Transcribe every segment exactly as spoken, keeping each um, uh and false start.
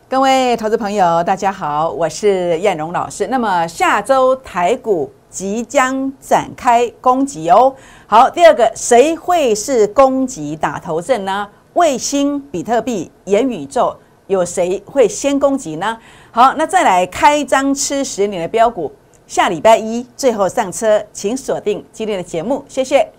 各位投资朋友，大家好，我是燕荣老师。那么下周台股即将展开攻击哦。好，第二个，谁会是攻击打头阵呢？卫星、比特币、元宇宙，有谁会先攻击呢？好，那再来开张吃十年的标股，下礼拜一最后上车，请锁定今天的节目，谢谢。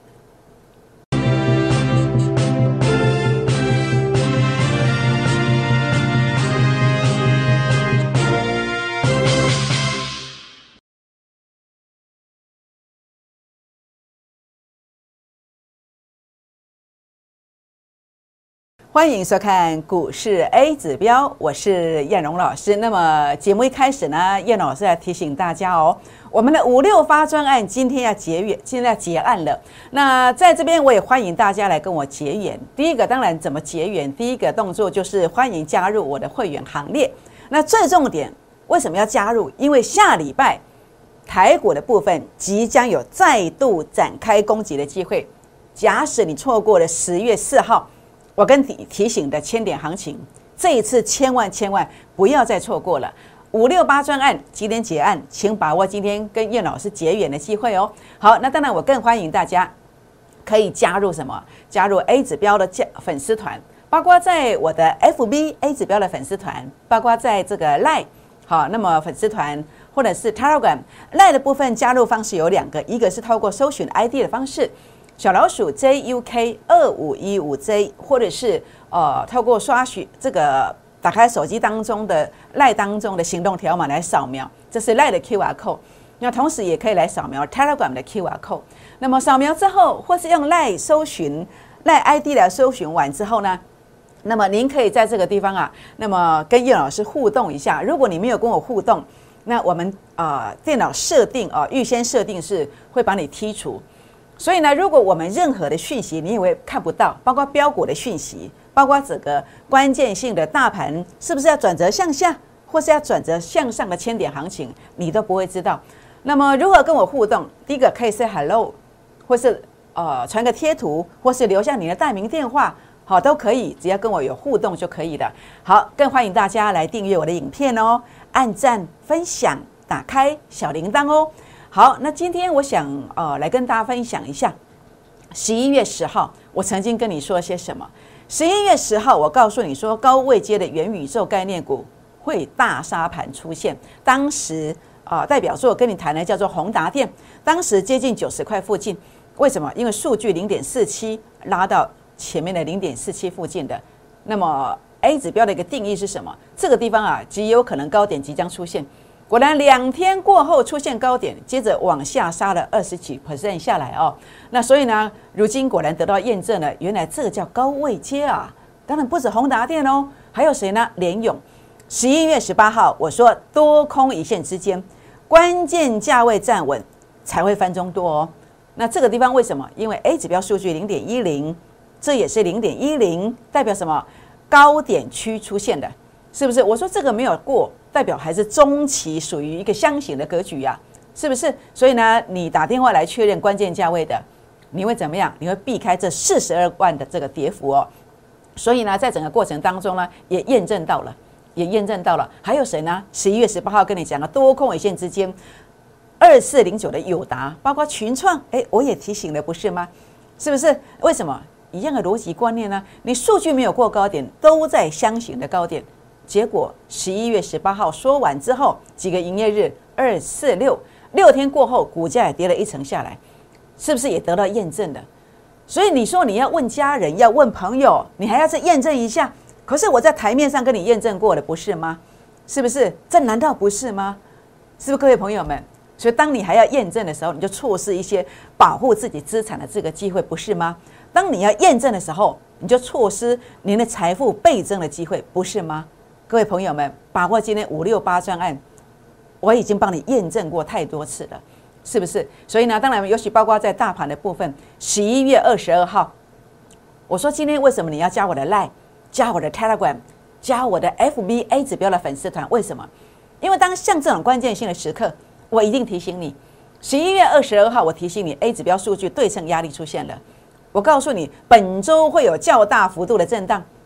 欢迎收看股市 A 指标，我是燕荣老师。那么节目一开始呢，燕老师要提醒大家哦，我们的五六发专案今天要结缘，今天要结案了。那在这边我也欢迎大家来跟我结缘。第一个当然怎么结缘？第一个动作就是欢迎加入我的会员行列。那最重点为什么要加入？因为下礼拜台股的部分即将有再度展开攻击的机会。假使你错过了十月四号。我跟你提醒的千点行情，这一次千万千万不要再错过了。五六八专案几点结案，请把握今天跟燕老师结缘的机会哦。好，那当然我更欢迎大家可以加入什么？加入 A 指标的粉丝团，包括在我的 F B A 指标的粉丝团，包括在这个 Line 好，那么粉丝团或者是 Telegram Line 的部分加入方式有两个，一个是透过搜寻 I D 的方式。小老鼠 J U K 二五一五 J， 或者是呃透过刷取这个打开手机当中的 LINE 当中的行动条码来扫描，这是 LINE 的 Q R code。那同时也可以来扫描 Telegram 的 Q R code。那么扫描之后，或是用 LINE 搜寻 LINE I D 来搜寻完之后呢，那么您可以在这个地方啊，那么跟叶老师互动一下。如果你没有跟我互动，那我们呃电脑设定啊、呃，预先设定是会把你剔除。所以呢，如果我们任何的讯息你以为看不到，包括标股的讯息，包括整个关键性的大盘是不是要转折向下，或是要转折向上的千点行情，你都不会知道。那么如何跟我互动？第一个可以 say hello， 或是呃传个贴图，或是留下你的代名电话，好都可以，只要跟我有互动就可以了。好，更欢迎大家来订阅我的影片哦，按赞、分享、打开小铃铛哦。好，那今天我想呃来跟大家分享一下，十一月十号我曾经跟你说些什么？十一月十号我告诉你说，高位阶的元宇宙概念股会大杀盘出现。当时啊、呃，代表作跟你谈的叫做宏达电，当时接近九十块附近。为什么？因为数据零点四七拉到前面的零点四七附近的。那么 A 指标的一个定义是什么？这个地方啊，极有可能高点即将出现。果然两天过后出现高点，接着往下杀了二十几 percent 下来哦。那所以呢，如今果然得到验证了，原来这个叫高位阶啊。当然不止宏达电哦，还有谁呢？联咏。十一月十八号我说多空一线之间，关键价位站稳才会翻中多哦。那这个地方为什么？因为 A 指标数据零点一零，这也是零点一零，代表什么？高点区出现的。是不是？我说这个没有过，代表还是中期属于一个箱型的格局啊，是不是？所以呢，你打电话来确认关键价位的，你会怎么样？你会避开这四十二万的这个跌幅哦。所以呢，在整个过程当中呢，也验证到了，也验证到了。还有谁呢？十一月十八号跟你讲了多空一线之间，二四零九的友达，包括群创，哎，我也提醒了，不是吗？是不是？为什么？一样的逻辑观念呢？你数据没有过高点，都在箱型的高点。结果十一月十八号说完之后，几个营业日二四六六天过后，股价也跌了一层下来，是不是也得到验证了？所以你说你要问家人，要问朋友，你还要再验证一下。可是我在台面上跟你验证过了，不是吗？是不是？这难道不是吗？是不是各位朋友们？所以当你还要验证的时候，你就错失一些保护自己资产的这个机会，不是吗？当你要验证的时候，你就错失您的财富倍增的机会，不是吗？各位朋友们，把握今天五六八专案，我已经帮你验证过太多次了，是不是？所以呢，当然尤其包括在大盘的部分，十一月二十二号，我说今天为什么你要加我的 Line， 加我的 Telegram， 加我的 F B A 指标的粉丝团？为什么？因为当像这种关键性的时刻，我一定提醒你。十一月二十二号，我提醒你 A 指标数据对称压力出现了。我告诉你，本周会有较大幅度的震荡。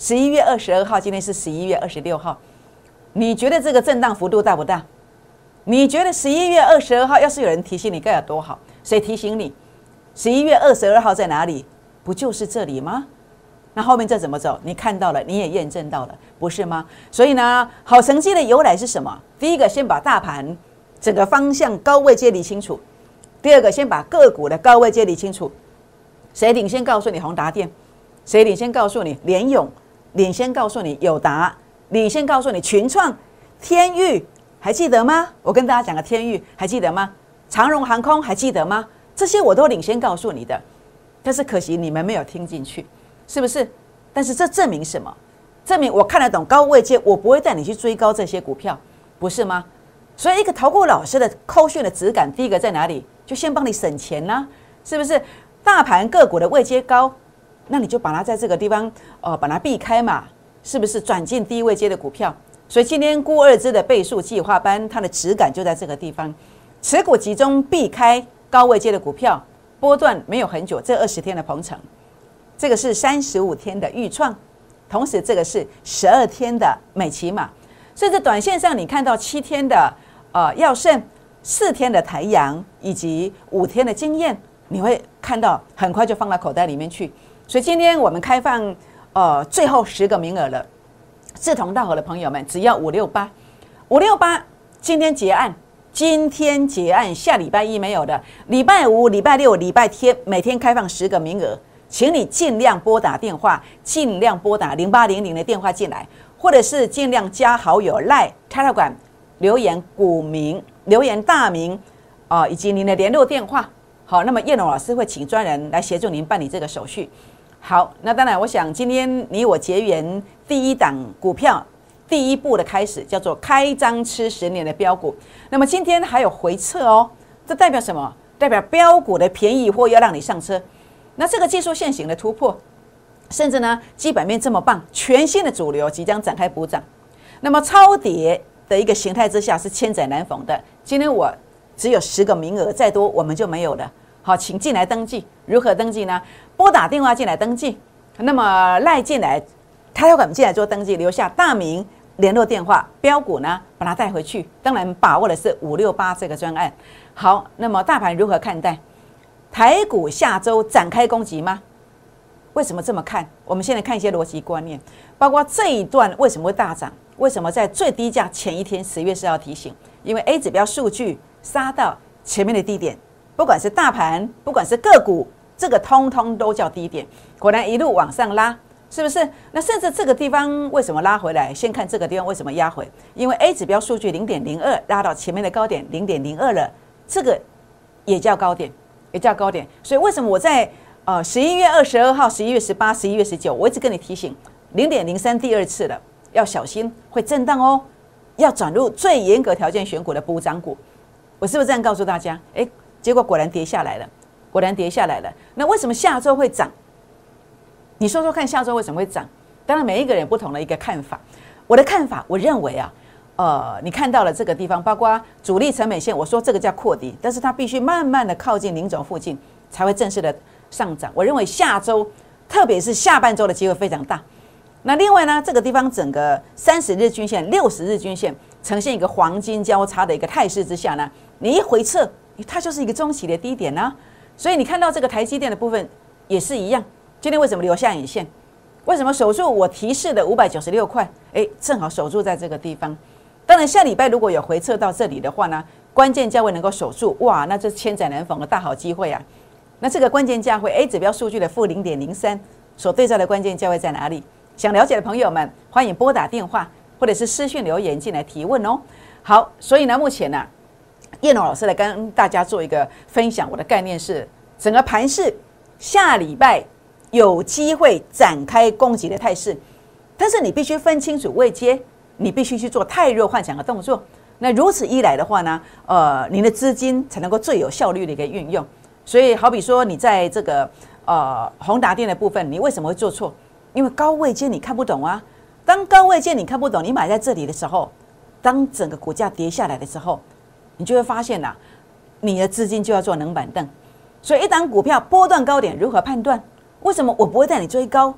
十一月二十二号，今天是十一月二十六号，你觉得这个震荡幅度大不大？你觉得十一月二十二号要是有人提醒你该有多好？谁提醒你？十一月二十二号在哪里？不就是这里吗？那后面这怎么走？你看到了，你也验证到了，不是吗？所以呢，好成绩的由来是什么？第一个，先把大盘整个方向高位阶理清楚；第二个，先把个股的高位阶理清楚。谁领先告诉你宏达电？谁领先告诉你联咏？领先告诉你友达？领先告诉你群创、天钰？还记得吗？我跟大家讲个天钰，还记得吗？长荣航空还记得吗？这些我都领先告诉你的，但是可惜你们没有听进去。是不是？但是这证明什么？证明我看得懂高位阶，我不会带你去追高这些股票，不是吗？所以一个投顾老师的扣讯的质感，第一个在哪里？就先帮你省钱啦、啊，是不是？大盘个股的位阶高，那你就把它在这个地方，呃，把它避开嘛，是不是？转进低位阶的股票。所以今天估二支的倍数计划班，它的质感就在这个地方，持股集中，避开高位阶的股票，波段没有很久，这二十天的鹏程。这个是三十五天的预创，同时这个是十二天的美琪玛，甚至短线上你看到七天的呃耀盛、四天的台阳以及五天的经验，你会看到很快就放到口袋里面去。所以今天我们开放呃最后十个名额了，志同道合的朋友们，只要五六八五六八，今天结案，今天结案，下礼拜一没有的，礼拜五、礼拜六、礼拜天每天开放十个名额。请你尽量拨打电话，尽量拨打零八零零的电话进来，或者是尽量加好友 Line、Telegram 留言股名、留言大名啊、呃，以及您的联络电话。好，那么叶龙老师会请专人来协助您办理这个手续。好，那当然，我想今天你我结缘第一档股票第一步的开始，叫做开张吃十年的标股。那么今天还有回撤哦，这代表什么？代表标股的便宜货要让你上车。那这个技术线型的突破，甚至呢基本面这么棒，全新的主流即将展开补涨。那么超跌的一个形态之下是千载难逢的。今天我只有十个名额，再多我们就没有了。好，请进来登记。如何登记呢？拨打电话进来登记。那么赖进来，他要赶进来做登记，留下大名、联络电话，标股呢把它带回去。当然把握的是五六八这个专案。好，那么大盘如何看待？台股下周展开攻击吗？为什么这么看？我们现在看一些逻辑观念，包括这一段为什么会大涨？为什么在最低价前一天十月四号提醒？因为 A 指标数据杀到前面的低点，不管是大盘，不管是个股，这个通通都叫低点。果然一路往上拉，是不是？那甚至这个地方为什么拉回来？先看这个地方为什么压回？因为 A 指标数据 零点零二 拉到前面的高点 零点零二 了，这个也叫高点。也叫高点，所以为什么我在呃十一月二十二号、十一月十八、十一月十九，我一直跟你提醒，零点零三第二次了，要小心会震荡哦，要转入最严格条件选股的补涨股。我是不是这样告诉大家？哎，结果果然跌下来了，果然跌下来了。那为什么下周会涨？你说说看，下周为什么会涨？当然，每一个人有不同的一个看法。我的看法，我认为啊。呃，你看到了这个地方，包括主力成本线，我说这个叫扩底，但是它必须慢慢的靠近零轴附近，才会正式的上涨。我认为下周，特别是下半周的机会非常大。那另外呢，这个地方整个三十日均线、六十日均线呈现一个黄金交叉的一个态势之下呢，你一回撤，它就是一个中期的低点啊。所以你看到这个台积电的部分也是一样。今天为什么留下影线？为什么守住我提示的五百九十六块？哎，正好守住在这个地方。当然，下礼拜如果有回撤到这里的话呢，关键价位能够守住，哇，那这千载难逢的大好机会啊！那这个关键价位 A 指标数据的负零点零三所对照的关键价位在哪里？想了解的朋友们，欢迎拨打电话或者是私讯留言进来提问哦。好，所以呢，目前呢、啊，叶龙老师来跟大家做一个分享，我的概念是，整个盘势下礼拜有机会展开攻击的态势，但是你必须分清楚位阶。你必须去做太弱幻想的动作，那如此一来的话呢，呃，你的资金才能够最有效率的一个运用。所以，好比说你在这个呃宏达电的部分，你为什么会做错？因为高位阶你看不懂啊。当高位阶你看不懂，你买在这里的时候，当整个股价跌下来的时候，你就会发现呐、啊，你的资金就要做冷板凳。所以，一档股票波段高点如何判断？为什么我不会带你追高？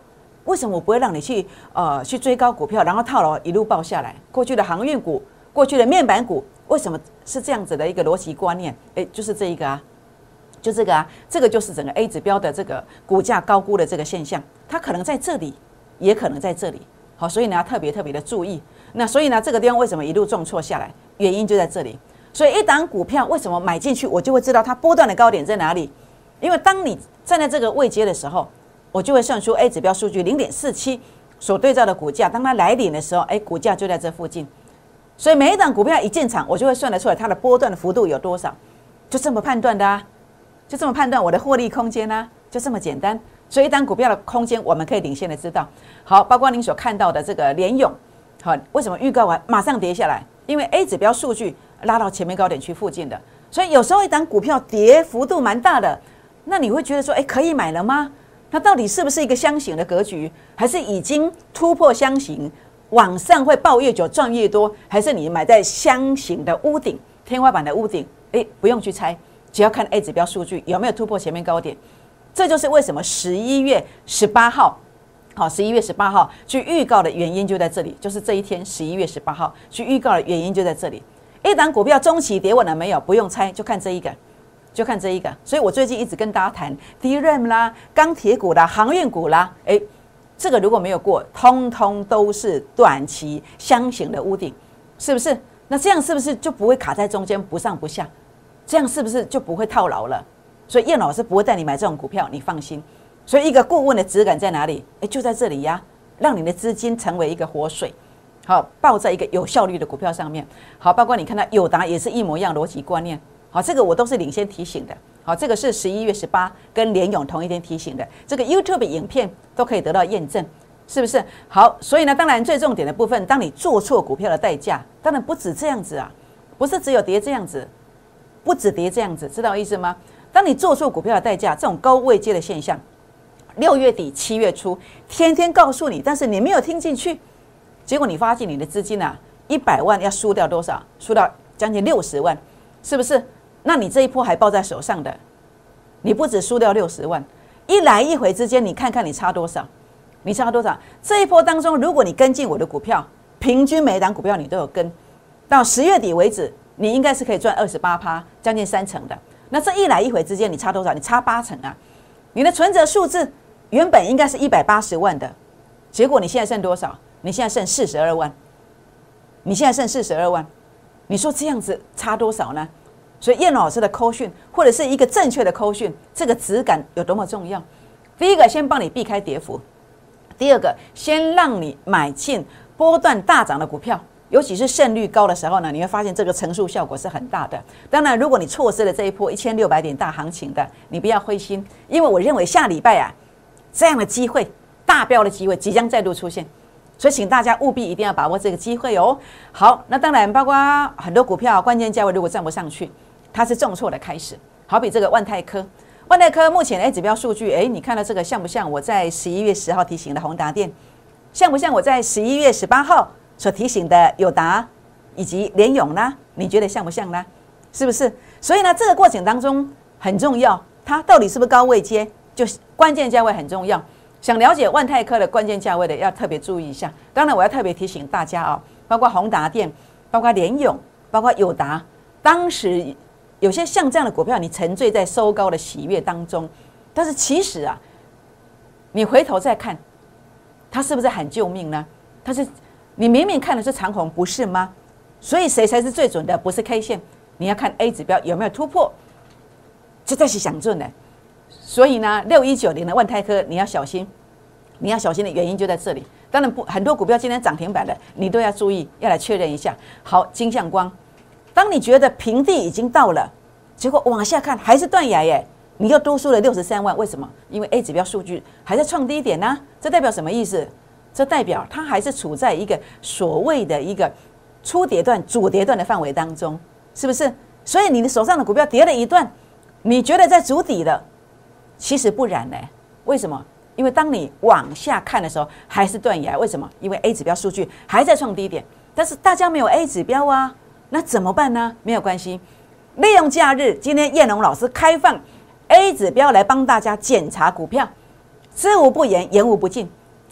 为什么我不会让你去呃去追高股票，然后套牢一路爆下来？过去的航运股，过去的面板股，为什么是这样子的一个逻辑观念？哎，就是这一个啊，就这个啊，这个就是整个 A 指标的这个股价高估的这个现象，它可能在这里，也可能在这里。好，所以呢要特别特别的注意。那所以呢，这个地方为什么一路重挫下来？原因就在这里。所以一档股票为什么买进去，我就会知道它波段的高点在哪里？因为当你站在这个位阶的时候，我就会算出 A 指标数据 零点四七 所对照的股价，当它来临的时候，哎，股价就在这附近。所以每一档股票一进场，我就会算得出来它的波段的幅度有多少，就这么判断的啊，就这么判断我的获利空间啊，就这么简单。所以一档股票的空间，我们可以领先的知道。好，包括您所看到的这个联咏，好，为什么预告完马上跌下来？因为 A 指标数据拉到前面高点区附近的，所以有时候一档股票跌幅度蛮大的，那你会觉得说，哎，可以买了吗？它到底是不是一个箱型的格局，还是已经突破箱型，往上会抱越久赚越多，还是你买在箱型的屋顶、天花板的屋顶？哎，不用去猜，只要看 A 指标数据有没有突破前面高点。这就是为什么十一月十八号，好，十一月十八号去预告的原因就在这里，就是这一天十一月十八号去预告的原因就在这里。一档股票中期跌稳了没有？不用猜，就看这一个。就看这一个，所以我最近一直跟大家谈 D R A M 啦、钢铁股啦、航运股啦，哎，这个如果没有过，通通都是短期箱型的屋顶，是不是？那这样是不是就不会卡在中间不上不下？这样是不是就不会套牢了？所以燕老师不会带你买这种股票，你放心。所以一个顾问的质感在哪里？哎，就在这里呀，让你的资金成为一个活水，好，抱在一个有效率的股票上面。好，包括你看到友达也是一模一样逻辑观念。好，这个我都是领先提醒的。好，这个是十一月十八跟联咏同一天提醒的，这个 YouTube 影片都可以得到验证，是不是？好，所以呢，当然最重点的部分，当你做错股票的代价，当然不止这样子啊，不是只有跌这样子，不止跌这样子，知道意思吗？当你做错股票的代价，这种高位阶的现象，六月底七月初天天告诉你，但是你没有听进去，结果你发现你的资金啊，一百万要输掉多少？输到将近六十万。是不是？那你这一波还抱在手上的，你不止输掉六十万，一来一回之间，你看看你差多少？你差多少？这一波当中，如果你跟进我的股票，平均每一档股票你都有跟，到十月底为止，你应该是可以赚二十八趴，将近三成的。那这一来一回之间，你差多少？你差八成啊！你的存折数字原本应该是一百八十万的，结果你现在剩多少？你现在剩四十二万，你现在剩四十二万。你说这样子差多少呢？所以燕老师的扣讯或者是一个正确的扣讯，这个质感有多么重要？第一个，先帮你避开跌幅；第二个，先让你买进波段大涨的股票，尤其是胜率高的时候呢，你会发现这个乘数效果是很大的。当然，如果你错失了这一波一千六百点大行情的，你不要灰心，因为我认为下礼拜啊，这样的机会，大标的机会即将再度出现。所以，请大家务必一定要把握这个机会哦。好，那当然包括很多股票关键价位如果站不上去，它是重挫的开始。好比这个万泰科，万泰科目前 A 指标数据，哎，你看到这个像不像我在十一月十号提醒的宏达电？像不像我在十一月十八号所提醒的友达以及联咏呢？你觉得像不像呢？是不是？所以呢，这个过程当中很重要，它到底是不是高位接，就是关键价位很重要。想了解万泰科的关键价位的，要特别注意一下。当然，我要特别提醒大家啊、哦，包括宏达电、包括联咏、包括友达，当时有些像这样的股票，你沉醉在收高的喜悦当中，但是其实啊，你回头再看，它是不是喊救命呢？它是你明明看的是长红，不是吗？所以谁才是最准的？不是 K 线，你要看 A 指标有没有突破，这才是想准的。所以呢，六一九零的万泰科你要小心，你要小心的原因就在这里。当然不，很多股票今天涨停板的，你都要注意，要来确认一下。好，金相光，当你觉得平地已经到了，结果往下看还是断崖耶，你又多输了六十三万，为什么？因为 A 指标数据还在创低点呢、啊，这代表什么意思？这代表它还是处在一个所谓的一个初跌段、主跌段的范围当中，是不是？所以你的手上的股票跌了一段，你觉得在筑底了。其实不然呢，为什么？因为当你往下看的时候，还是断崖。为什么？因为 A 指标数据还在创低点，但是大家没有 A 指标啊，那怎么办呢？没有关系，利用假日，今天燕龙老师开放 A 指标来帮大家检查股票，知无不言，言无不尽。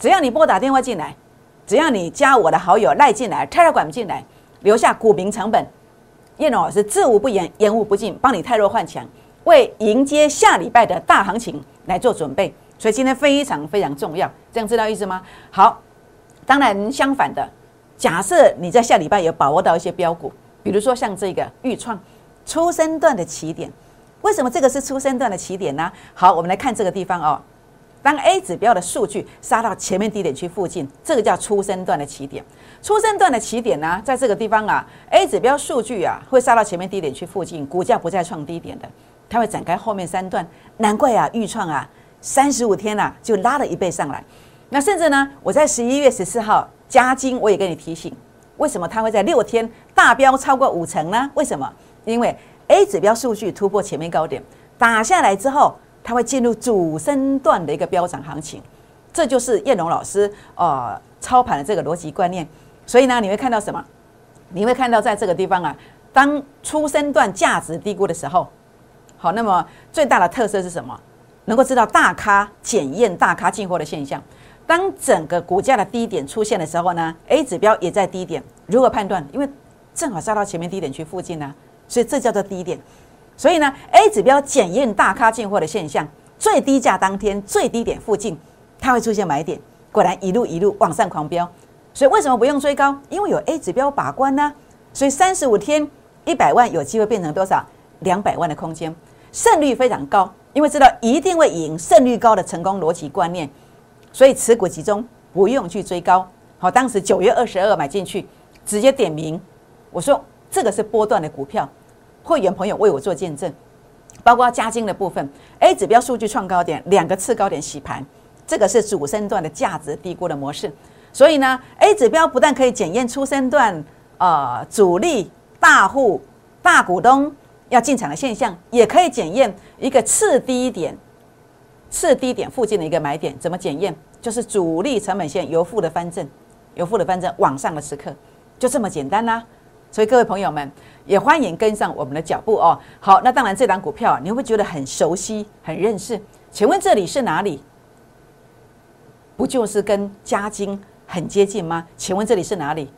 只要你拨打电话进来，只要你加我的好友赖进来 Telegram 进来，留下股民成本，叶龙老师知无不言，言无不尽，帮你汰弱换强，为迎接下礼拜的大行情来做准备。所以今天非常非常重要，这样知道意思吗？好，当然相反的，假设你在下礼拜有把握到一些标股，比如说像这个预创初升段的起点，为什么这个是初升段的起点呢？好，我们来看这个地方哦。当 A 指标的数据杀到前面低点区附近，这个叫初升段的起点。初升段的起点呢，在这个地方啊 ，A 指标数据啊会杀到前面低点区附近，股价不再创低点的，它会展开后面三段。难怪啊，预创啊，三十五天啊就拉了一倍上来。那甚至呢，我在十一月十四号嘉金我也跟你提醒，为什么它会在六天大飙超过五成呢？为什么？因为 A 指标数据突破前面高点，打下来之后，它会进入主升段的一个飙涨行情，这就是燕龙老师呃操盘的这个逻辑观念。所以呢，你会看到什么？你会看到在这个地方啊，当初升段价值低估的时候，好，那么最大的特色是什么？能够知道大咖检验大咖进货的现象。当整个股价的低点出现的时候呢 ，A 指标也在低点，如何判断？因为正好杀到前面低点区附近呢、啊，所以这叫做低点。所以呢 ，A 指标检验大咖进货的现象，最低价当天最低点附近，它会出现买点，果然一路一路往上狂飙。所以为什么不用追高？因为有 A 指标把关呢、啊。所以三十五天一百万有机会变成多少？两百万的空间，胜率非常高，因为知道一定会赢，胜率高的成功逻辑观念。所以持股集中，不用去追高。好，当时九月二十二买进去，直接点名，我说这个是波段的股票。会员朋友为我做见证，包括嘉金的部分 ，A 指标数据创高点，两个次高点洗盘，这个是主升段的价值低估的模式。所以呢 ，A 指标不但可以检验初升段呃主力大户大股东要进场的现象，也可以检验一个次低点、次低点附近的一个买点。怎么检验？就是主力成本线由负的翻正，由负的翻正往上的时刻，就这么简单啦、啊。所以各位朋友们也欢迎跟上我们的脚步哦。好，那当然这档股票你会不会觉得很熟悉、很认识？请问这里是哪里？不就是跟嘉金很接近吗？请问这里是哪里？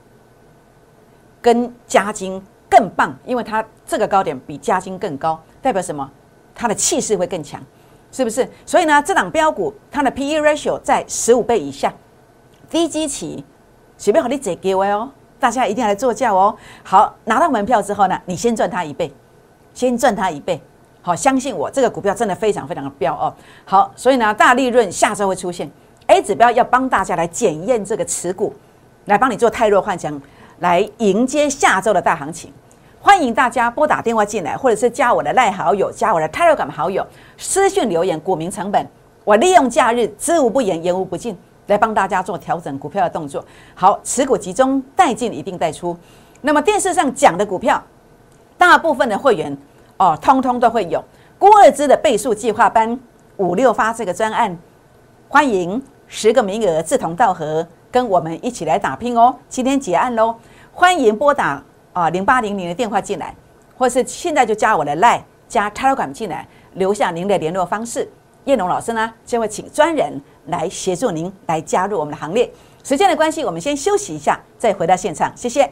跟嘉金更棒，因为它这个高点比嘉金更高，代表什么？它的气势会更强，是不是？所以呢，这档标股它的 P E ratio 在十五倍以下，低基期，随便和你解给我哦。大家一定要来做价哦！好，拿到门票之后呢，你先赚它一倍，先赚它一倍。好，相信我，这个股票真的非常非常的飙哦。好，所以呢，大利润下周会出现 ，A 指标要帮大家来检验这个持股，来帮你做汰弱换强，来迎接下周的大行情。欢迎大家拨打电话进来，或者是加我的赖好友，加我的 Telegram 好友，私讯留言股民成本，我利用假日知无不言，言无不尽。来帮大家做调整股票的动作。好，持股集中，带进一定带出。那么电视上讲的股票，大部分的会员哦，通通都会有郭二支的倍数计划班五六发这个专案，欢迎十个名额志同道合，跟我们一起来打拼哦。今天结案喽，欢迎拨打啊零八零零的电话进来，或是现在就加我的 Line 加 Telegram 进来，留下您的联络方式。叶龙老师呢，就会请专人来协助您来加入我们的行列。时间的关系，我们先休息一下，再回到现场，谢谢。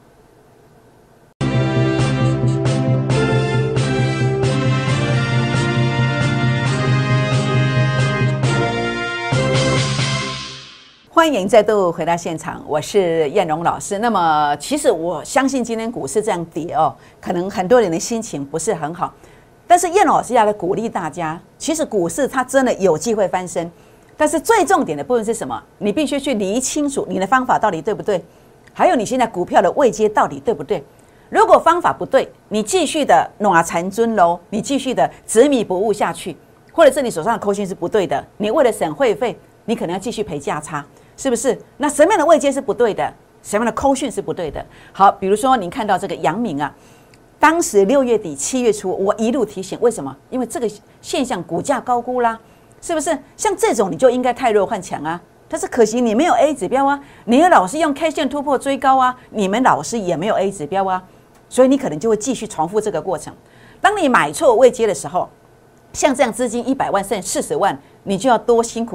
欢迎再度回到现场，我是燕荣老师。那么，其实我相信今天股市这样跌哦，可能很多人的心情不是很好。但是燕老师要来鼓励大家，其实股市它真的有机会翻身，但是最重点的部分是什么？你必须去理清楚你的方法到底对不对，还有你现在股票的位阶到底对不对。如果方法不对，你继续的暖残尊喽，你继续的执迷不悟下去，或者是你手上的扣讯是不对的，你为了省会费，你可能要继续赔价差，是不是？那什么样的位阶是不对的？什么样的扣讯是不对的？好，比如说您看到这个阳明啊。当时六月底七月初，我一路提醒，为什么？因为这个现象股价高估啦，是不是？像这种你就应该汰弱换强啊。但是可惜你没有 A 指标啊，你的老师用 K 线突破追高啊，你们老师也没有 A 指标啊，所以你可能就会继续重复这个过程。当你买错位阶的时候，像这样资金一百万剩四十万，你就要多辛苦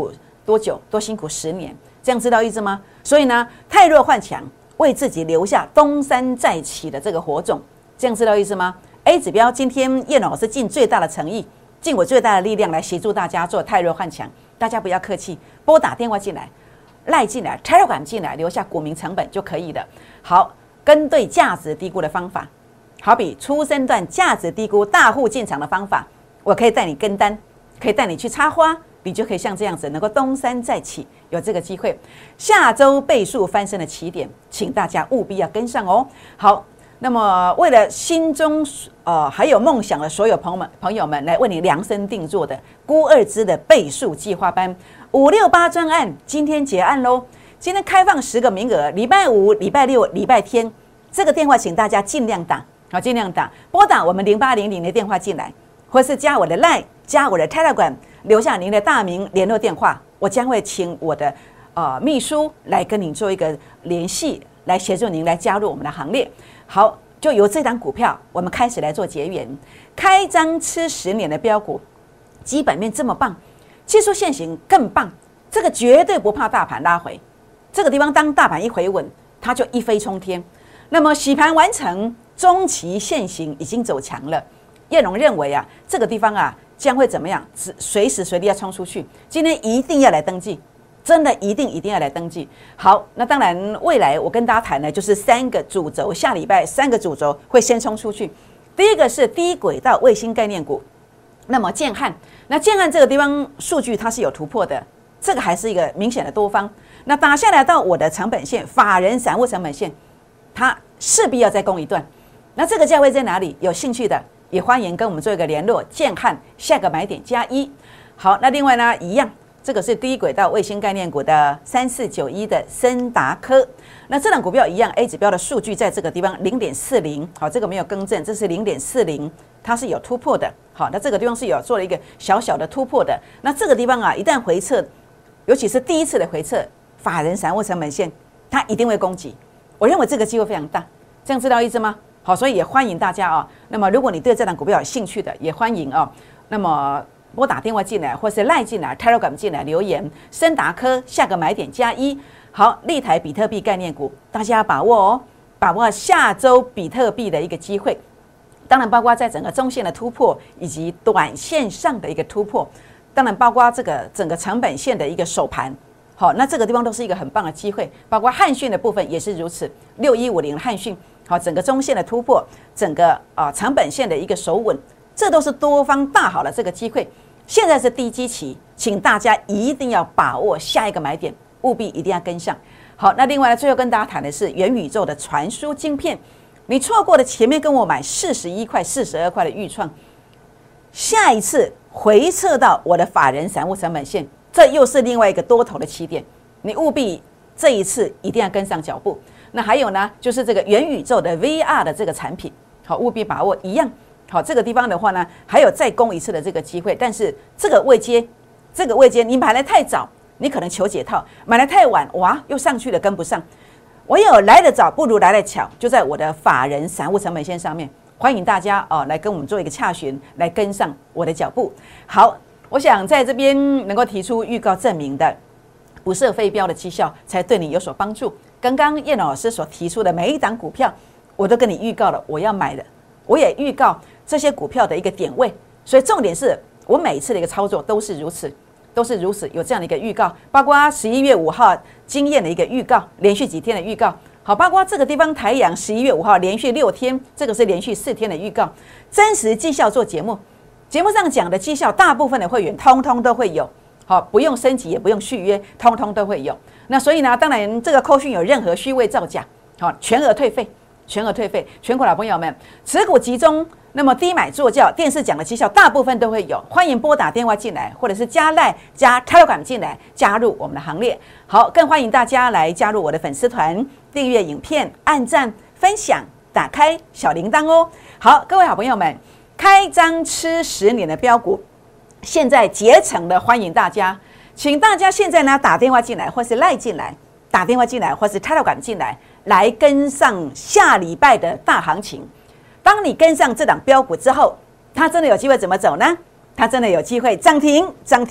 多久？多辛苦十年，这样知道意思吗？所以呢，汰弱换强，为自己留下东山再起的这个火种，这样知道意思吗 ？A 指标今天叶老师尽最大的诚意，尽我最大的力量来协助大家做汰弱换强，大家不要客气，拨打电话进来，赖进来 ，Telegram 进来，留下股民成本就可以了。好，跟对价值低估的方法，好比初升段价值低估大户进场的方法，我可以带你跟单，可以带你去插花。你就可以像这样子能够东山再起，有这个机会。下周倍数翻身的起点，请大家务必要跟上哦。好，那么为了心中呃还有梦想的所有朋友们朋友们，来为你量身定做的孤二支的倍数计划班五六八专案，今天结案喽！今天开放十个名额，礼拜五、礼拜六、礼拜天，这个电话请大家尽量打，好，尽量打，拨打我们零八零零的电话进来，或是加我的 Line， 加我的 Telegram。留下您的大名、联络电话，我将会请我的呃秘书来跟您做一个联系，来协助您来加入我们的行列。好，就由这档股票，我们开始来做结缘。开张吃十年的标股，基本面这么棒，技术线型更棒，这个绝对不怕大盘拉回。这个地方当大盘一回稳，它就一飞冲天。那么洗盘完成，中期线型已经走强了。叶龙认为啊，这个地方啊。将会怎么样？随时随地要冲出去。今天一定要来登记，真的一定一定要来登记。好，那当然未来我跟大家谈的就是三个主轴，下礼拜三个主轴会先冲出去。第一个是低轨道卫星概念股，那么建汉，那建汉这个地方数据它是有突破的，这个还是一个明显的多方。那打下来到我的成本线，法人散户成本线，它势必要再攻一段。那这个价位在哪里？有兴趣的也欢迎跟我们做一个联络，建汉下个买点加一。好，那另外呢，一样，这个是低轨道卫星概念股的三四九一的森达科。那这档股票一样 ，A 指标的数据在这个地方零点四零，好，这个没有更正，这是零点四零，它是有突破的。好，那这个地方是有做了一个小小的突破的。那这个地方啊，一旦回撤，尤其是第一次的回撤，法人散户成本线，它一定会攻击。我认为这个机会非常大，这样知道意思吗？好，所以也欢迎大家啊。那么，如果你对这档股票有兴趣的，也欢迎啊。那么拨打电话进来，或是赖进来 ，Telegram 进来留言。森达科下个买点加一。好，立台比特币概念股，大家要把握哦，把握下周比特币的一个机会。当然，包括在整个中线的突破，以及短线上的一个突破。当然，包括这个整个成本线的一个守盘。好，那这个地方都是一个很棒的机会。包括汉讯的部分也是如此，六一五零汉讯。好，整个中线的突破，整个啊成本线的一个守稳，这都是多方大好的这个机会。现在是低基期，请大家一定要把握下一个买点，务必一定要跟上。好，那另外呢，最后跟大家谈的是元宇宙的传输晶片，你错过了前面跟我买四十一块、四十二块的预创，下一次回撤到我的法人散户成本线，这又是另外一个多头的起点，你务必这一次一定要跟上脚步。那还有呢，就是这个元宇宙的 V R 的这个产品，好，务必把握一样。好，这个地方的话呢，还有再攻一次的这个机会，但是这个位阶，这个位阶你买来太早，你可能求解套；买来太晚，哇，又上去了跟不上。唯有来得早不如来得巧，就在我的法人散户成本线上面，欢迎大家哦来跟我们做一个洽询，来跟上我的脚步。好，我想在这边能够提出预告证明的，不设飞镖的绩效才对你有所帮助。刚刚叶老师所提出的每一档股票，我都跟你预告了我要买的，我也预告这些股票的一个点位，所以重点是我每一次的一个操作都是如此，都是如此有这样的一个预告，包括十一月五号经验的一个预告，连续几天的预告，好，包括这个地方台阳十一月五号连续六天，这个是连续四天的预告，真实绩效做节目，节目上讲的绩效，大部分的会员通通都会有。好，不用升级，也不用续约，通通都会有。那所以呢，当然这个扣讯有任何虚伪造假，好，全额退费，全额退费。全国老朋友们，持股集中，那么低买做教，电视讲的绩效大部分都会有。欢迎拨打电话进来，或者是加 Line 加 Telegram 进来，加入我们的行列。好，更欢迎大家来加入我的粉丝团，订阅影片，按赞、分享，打开小铃铛哦。好，各位好朋友们，开张吃十年的标股。现在竭诚的欢迎大家，请大家现在呢打电话进来，或是赖进来，打电话进来，或是 Telegram 进来，来跟上下礼拜的大行情。当你跟上这档标股之后，它真的有机会怎么走呢？它真的有机会涨停、涨停、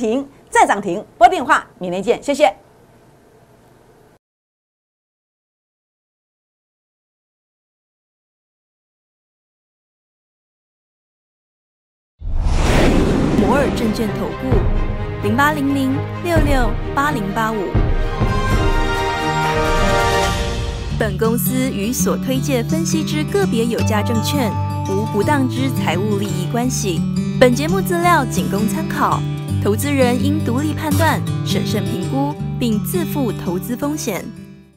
再涨停，拨电话，明天见，谢谢。 摩尔证券投顾零八零零六六八零八五。本公司与所推介分析之个别有价证券无不当之财务利益关系。本节目资料仅供参考，投资人应独立判断、审慎评估，并自负投资风险。